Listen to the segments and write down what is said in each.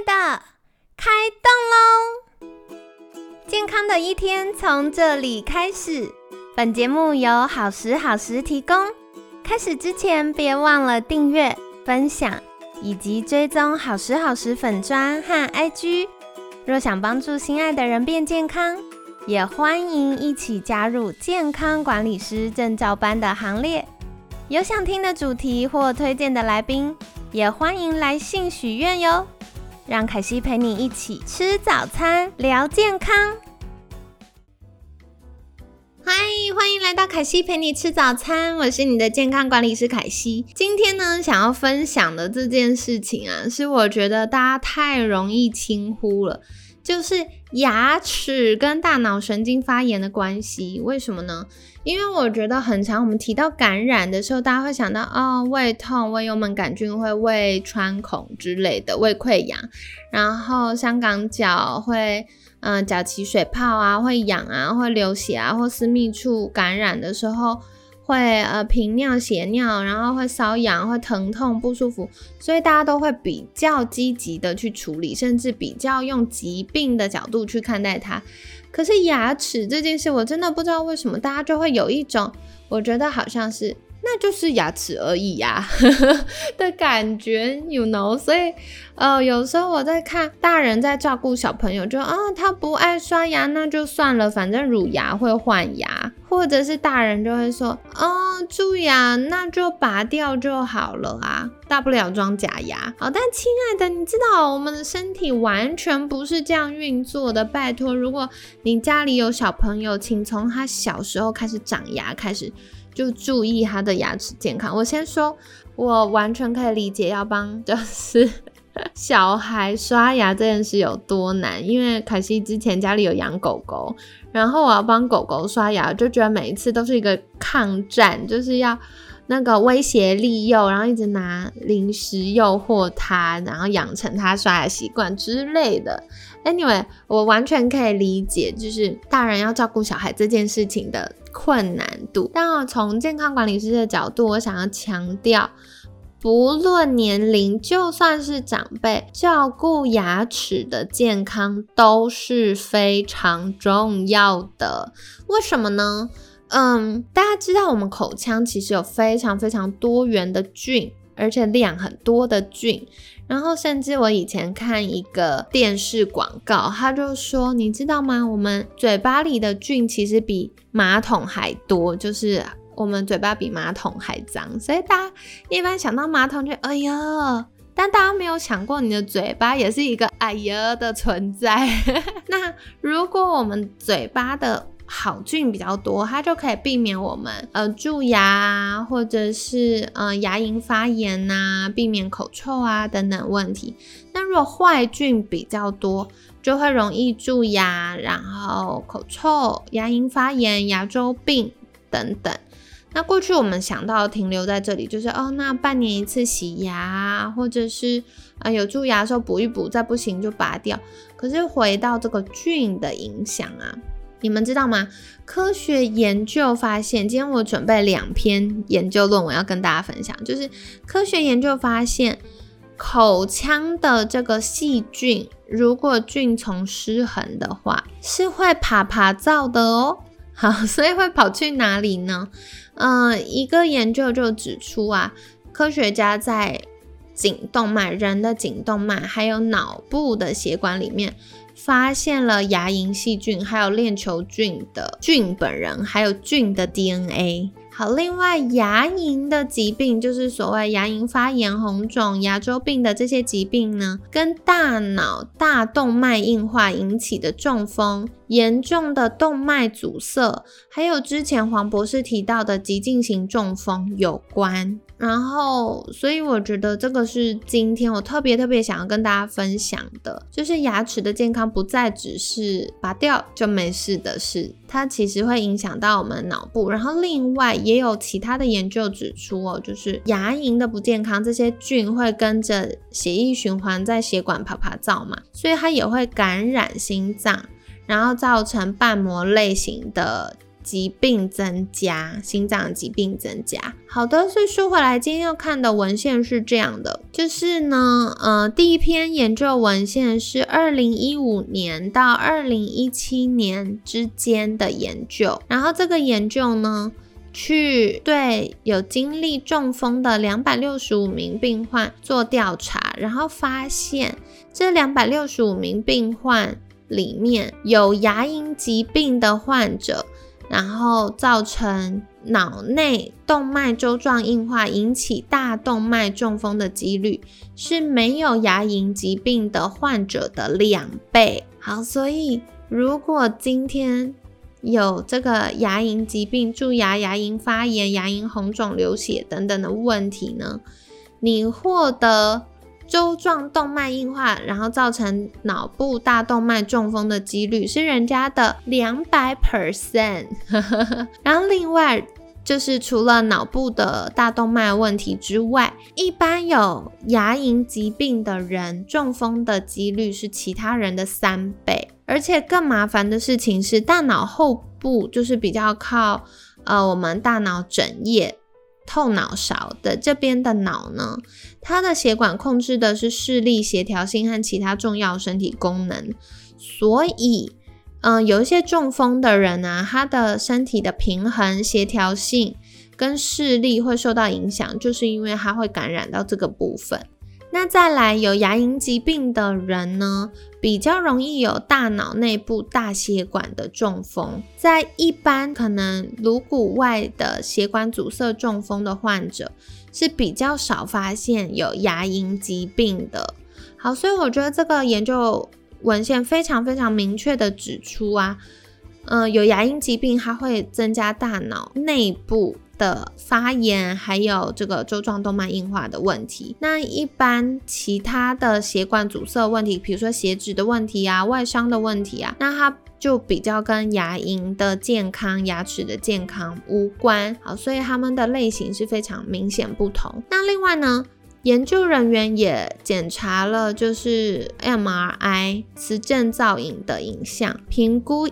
的，开动咯！健康的一天从这里开始。本节目由好时好时提供。开始之前别忘了订阅、分享以及追踪好时好时粉专和 IG。若想帮助心爱的人变健康，也欢迎一起加入健康管理师证照班的行列。有想听的主题或推荐的来宾，也欢迎来信许愿哟。让凯西陪你一起吃早餐，聊健康。嗨，欢迎来到凯西陪你吃早餐，我是你的健康管理师凯西。今天呢，想要分享的这件事情啊，是我觉得大家太容易轻忽了，就是牙齿跟大脑神经发炎的关系。为什么呢？因为我觉得很常我们提到感染的时候，大家会想到胃痛、胃幽门杆菌会胃穿孔之类的，胃溃疡，然后香港脚会脚起水泡啊，会痒啊，会流血啊，或私密处感染的时候会频尿血尿，然后会瘙痒，会疼痛不舒服，所以大家都会比较积极的去处理，甚至比较用疾病的角度去看待它。可是牙齿这件事，我真的不知道为什么大家就会有一种我觉得好像是那就是牙齿而已呀的感觉 you know。 所以有时候我在看大人在照顾小朋友，就他不爱刷牙那就算了，反正乳牙会换牙，或者是大人就会说蛀牙那就拔掉就好了啊，大不了装假牙。好，但亲爱的，你知道我们的身体完全不是这样运作的，拜托，如果你家里有小朋友，请从他小时候开始长牙开始就注意他的牙齿健康。我先说，我完全可以理解要帮就是小孩刷牙这件事有多难，因为凯西之前家里有养狗狗，然后我要帮狗狗刷牙，就觉得每一次都是一个抗战，就是要那个威胁利诱，然后一直拿零食诱惑他，然后养成他刷牙习惯之类的。Anyway， 我完全可以理解就是大人要照顾小孩这件事情的困难度，但从健康管理师的角度，我想要强调，不论年龄，就算是长辈，照顾牙齿的健康都是非常重要的。为什么呢？大家知道我们口腔其实有非常非常多元的菌，而且量很多的菌。然后甚至我以前看一个电视广告，他就说，你知道吗？我们嘴巴里的菌其实比马桶还多，就是我们嘴巴比马桶还脏。所以大家一般想到马桶就哎呀，但大家没有想过你的嘴巴也是一个哎呀的存在那如果我们嘴巴的好菌比较多，它就可以避免我们蛀牙啊，或者是牙龈发炎啊，避免口臭啊等等问题。那如果坏菌比较多，就会容易蛀牙，然后口臭、牙龈发炎、牙周病等等。那过去我们想到停留在这里，就是那半年一次洗牙啊，或者是有蛀牙的时候补一补，再不行就拔掉。可是回到这个菌的影响啊，你们知道吗？科学研究发现，今天我准备2篇研究论文要跟大家分享，就是科学研究发现，口腔的这个细菌，如果菌丛失衡的话，是会爬灶的哦。好，所以会跑去哪里呢？一个研究就指出啊，科学家在颈动脉，人的颈动脉还有脑部的血管里面发现了牙龈细菌还有链球菌的菌本人，还有菌的 DNA。 好，另外牙龈的疾病，就是所谓牙龈发炎、红肿、牙周病的这些疾病呢，跟大脑大动脉硬化引起的中风、严重的动脉阻塞，还有之前黄博士提到的急性型中风有关。然后所以我觉得这个是今天我特别想要跟大家分享的，就是牙齿的健康不再只是拔掉就没事的事，它其实会影响到我们脑部。然后另外也有其他的研究指出就是牙龈的不健康，这些菌会跟着血液循环在血管爬灶嘛，所以它也会感染心脏，然后造成瓣膜类型的疾病增加，心脏疾病增加。好的，所以说回来，今天要看的文献是这样的，就是呢，第一篇研究文献是2015年到2017年之间的研究，然后这个研究呢，去对有经历中风的265名病患做调查，然后发现这265名病患里面有牙龈疾病的患者，然后造成脑内动脉粥状硬化引起大动脉中风的几率是没有牙龈疾病的患者的2倍。好，所以如果今天有这个牙龈疾病、蛀牙、牙龈发炎、牙龈红肿、流血等等的问题呢，你获得粥状动脉硬化，然后造成脑部大动脉中风的几率是人家的200%。然后另外就是除了脑部的大动脉问题之外，一般有牙龈疾病的人中风的几率是其他人的3倍。而且更麻烦的事情是，大脑后部就是比较靠我们大脑枕叶后脑勺的这边的脑呢，它的血管控制的是视力、协调性和其他重要身体功能。所以有一些中风的人啊，他的身体的平衡、协调性跟视力会受到影响，就是因为他会感染到这个部分。那再来，有牙龈疾病的人呢，比较容易有大脑内部大血管的中风。在一般可能颅骨外的血管阻塞中风的患者是比较少发现有牙龈疾病的。好，所以我觉得这个研究文献非常非常明确的指出啊，有牙龈疾病它会增加大脑内部的发炎，还有这个粥状动脉硬化的问题。那一般其他的血管阻塞问题，比如说血脂的问题啊、外伤的问题啊，那它就比较跟牙龈的健康、牙齿的健康无关。好，所以它们的类型是非常明显不同。那另外呢，研究人员也检查了就是 MRI 磁振造影的影像，评估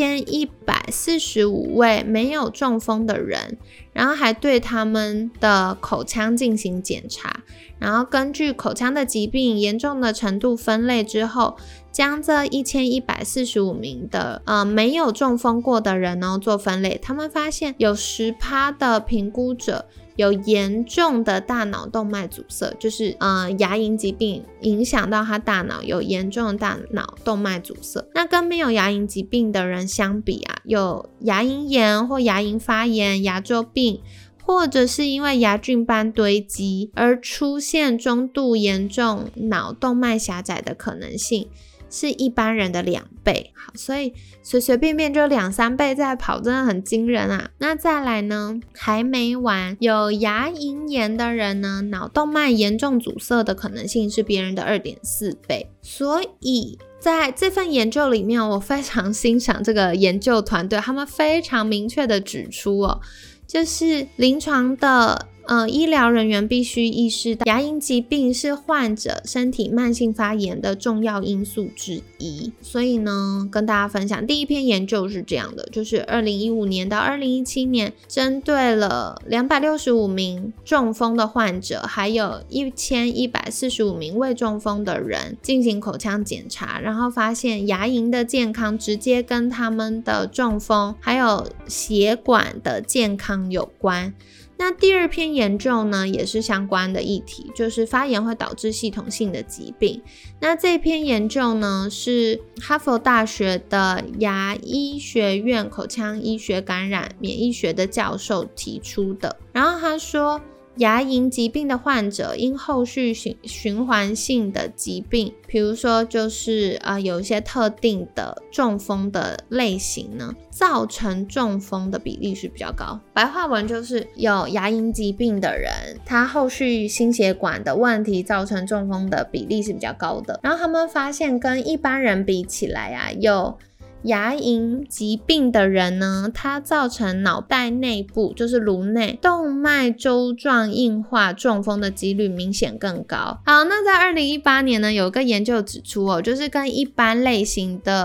1145位没有中风的人，然后还对他们的口腔进行检查，然后根据口腔的疾病严重的程度分类之后，将这1145名的没有中风过的人做分类。他们发现有 10% 的评估者有严重的大脑动脉阻塞，就是牙龈疾病影响到他大脑，有严重的大脑动脉阻塞。那跟没有牙龈疾病的人相比啊，有牙龈炎或牙龈发炎、牙周病，或者是因为牙菌斑堆积而出现中度严重脑动脉狭窄的可能性是一般人的2倍。好，所以随随便便就2-3倍在跑，真的很惊人啊。那再来呢，还没完，有牙龈炎的人呢，脑动脉严重阻塞的可能性是别人的2.4倍。所以在这份研究里面，我非常欣赏这个研究团队，他们非常明确的指出就是临床的医疗人员必须意识到牙龈疾病是患者身体慢性发炎的重要因素之一。所以呢，跟大家分享第一篇研究是这样的，就是2015年到2017年针对了265名中风的患者，还有1145名未中风的人进行口腔检查，然后发现牙龈的健康直接跟他们的中风还有血管的健康有关。那第二篇研究呢，也是相关的议题，就是发炎会导致系统性的疾病。那这篇研究呢，是哈佛大学的牙医学院口腔医学感染免疫学的教授提出的。然后他说，牙龈疾病的患者因后续循环性的疾病，比如说就是有一些特定的中风的类型呢，造成中风的比例是比较高。白话文就是有牙龈疾病的人，他后续心血管的问题造成中风的比例是比较高的。然后他们发现跟一般人比起来啊，有牙龈疾病的人呢，它造成脑袋内部就是颅内动脉粥状硬化中风的几率明显更高。好，那在2018年呢，有一个研究指出就是跟一般类型的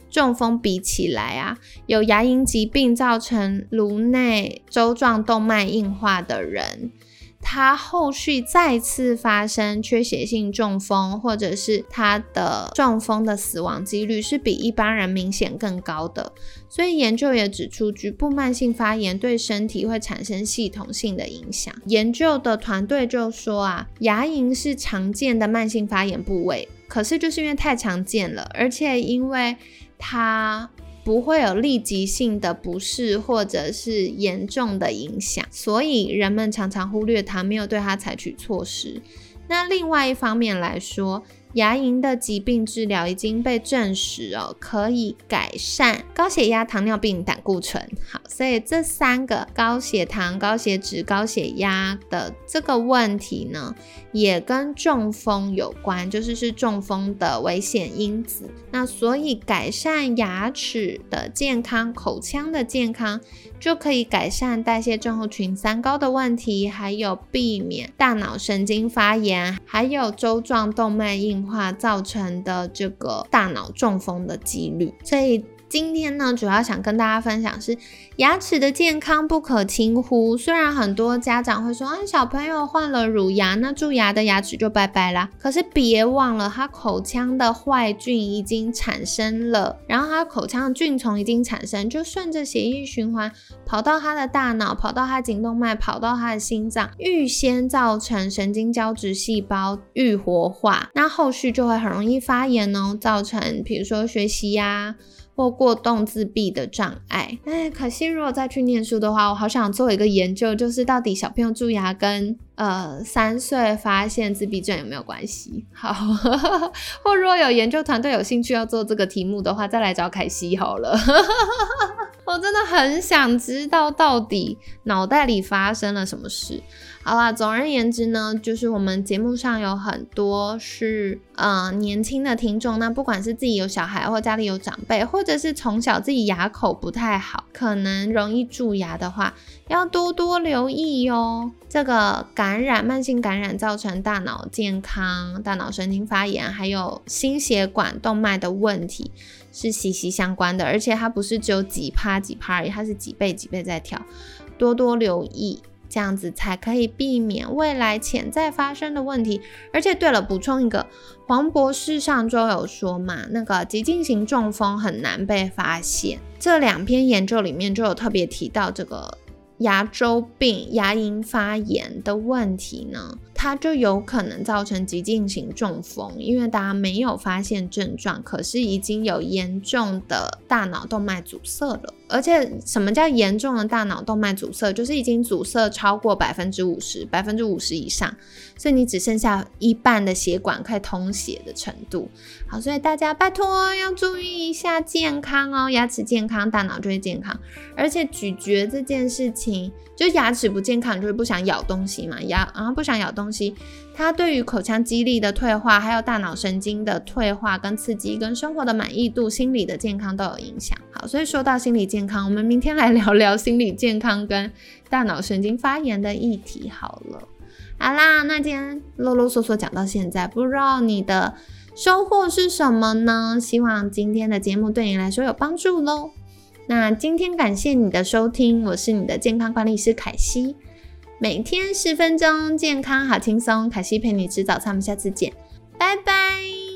中风比起来啊，有牙龈疾病造成颅内粥状动脉硬化的人，他后续再次发生缺血性中风，或者是他的中风的死亡几率是比一般人明显更高的。所以研究也指出，局部慢性发炎对身体会产生系统性的影响。研究的团队就说啊，牙龈是常见的慢性发炎部位，可是就是因为太常见了，而且因为它不会有立即性的不适或者是严重的影响，所以人们常常忽略它，没有对它采取措施。那另外一方面来说，牙龈的疾病治疗已经被证实可以改善高血压、糖尿病、胆固醇。好，所以这3个高血糖、高血脂、高血压的这个问题呢，也跟中风有关，就是中风的危险因子。那所以改善牙齿的健康、口腔的健康，就可以改善代谢症候群3高的问题，还有避免大脑神经发炎，还有粥状动脉硬化造成的这个大脑中风的几率。所以今天呢，主要想跟大家分享是牙齿的健康不可轻忽。虽然很多家长会说小朋友换了乳牙，那蛀牙的牙齿就拜拜啦，可是别忘了他口腔的坏菌已经产生了，然后他口腔的菌丛已经产生，就顺着血液循环跑到他的大脑，跑到他颈动脉，跑到他的心脏，预先造成神经胶质细胞预活化，那后续就会很容易发炎造成比如说学习或过动自闭的障碍。可惜如果再去念书的话，我好想做一个研究，就是到底小朋友蛀牙跟3岁发现自闭症有没有关系。好或如果有研究团队有兴趣要做这个题目的话，再来找凯西好了我真的很想知道到底脑袋里发生了什么事。好啦，总而言之呢，就是我们节目上有很多是年轻的听众，那不管是自己有小孩或家里有长辈，或者是从小自己牙口不太好，可能容易蛀牙的话，要多多留意哦。这个慢性感染造成大脑健康、大脑神经发炎，还有心血管动脉的问题是息息相关的，而且它不是只有几趴而已，它是几倍在跳，多多留意，这样子才可以避免未来潜在发生的问题。而且对了，补充一个，黄博士上周有说嘛，那个急性型中风很难被发现，这2篇研究里面就有特别提到这个牙周病、牙龈发炎的问题呢，它就有可能造成急性型中风，因为大家没有发现症状，可是已经有严重的大脑动脉阻塞了。而且什么叫严重的大脑动脉阻塞？就是已经阻塞超过 50% 以上，所以你只剩下一半的血管可以通血的程度。好，所以大家拜托要注意一下健康哦，牙齿健康，大脑就会健康。而且咀嚼这件事情，就牙齿不健康，你就会不想咬东西嘛，然后不想咬东西，它对于口腔肌力的退化，还有大脑神经的退化跟刺激，跟生活的满意度、心理的健康都有影响。好，所以说到心理健康，我们明天来聊聊心理健康跟大脑神经发炎的议题好了。好啦，那今天啰啰嗦嗦讲到现在，不知道你的收获是什么呢？希望今天的节目对你来说有帮助咯。那今天感谢你的收听，我是你的健康管理师凯西，每天10分钟，健康好轻松，凯西陪你吃早餐，我们下次见，拜拜。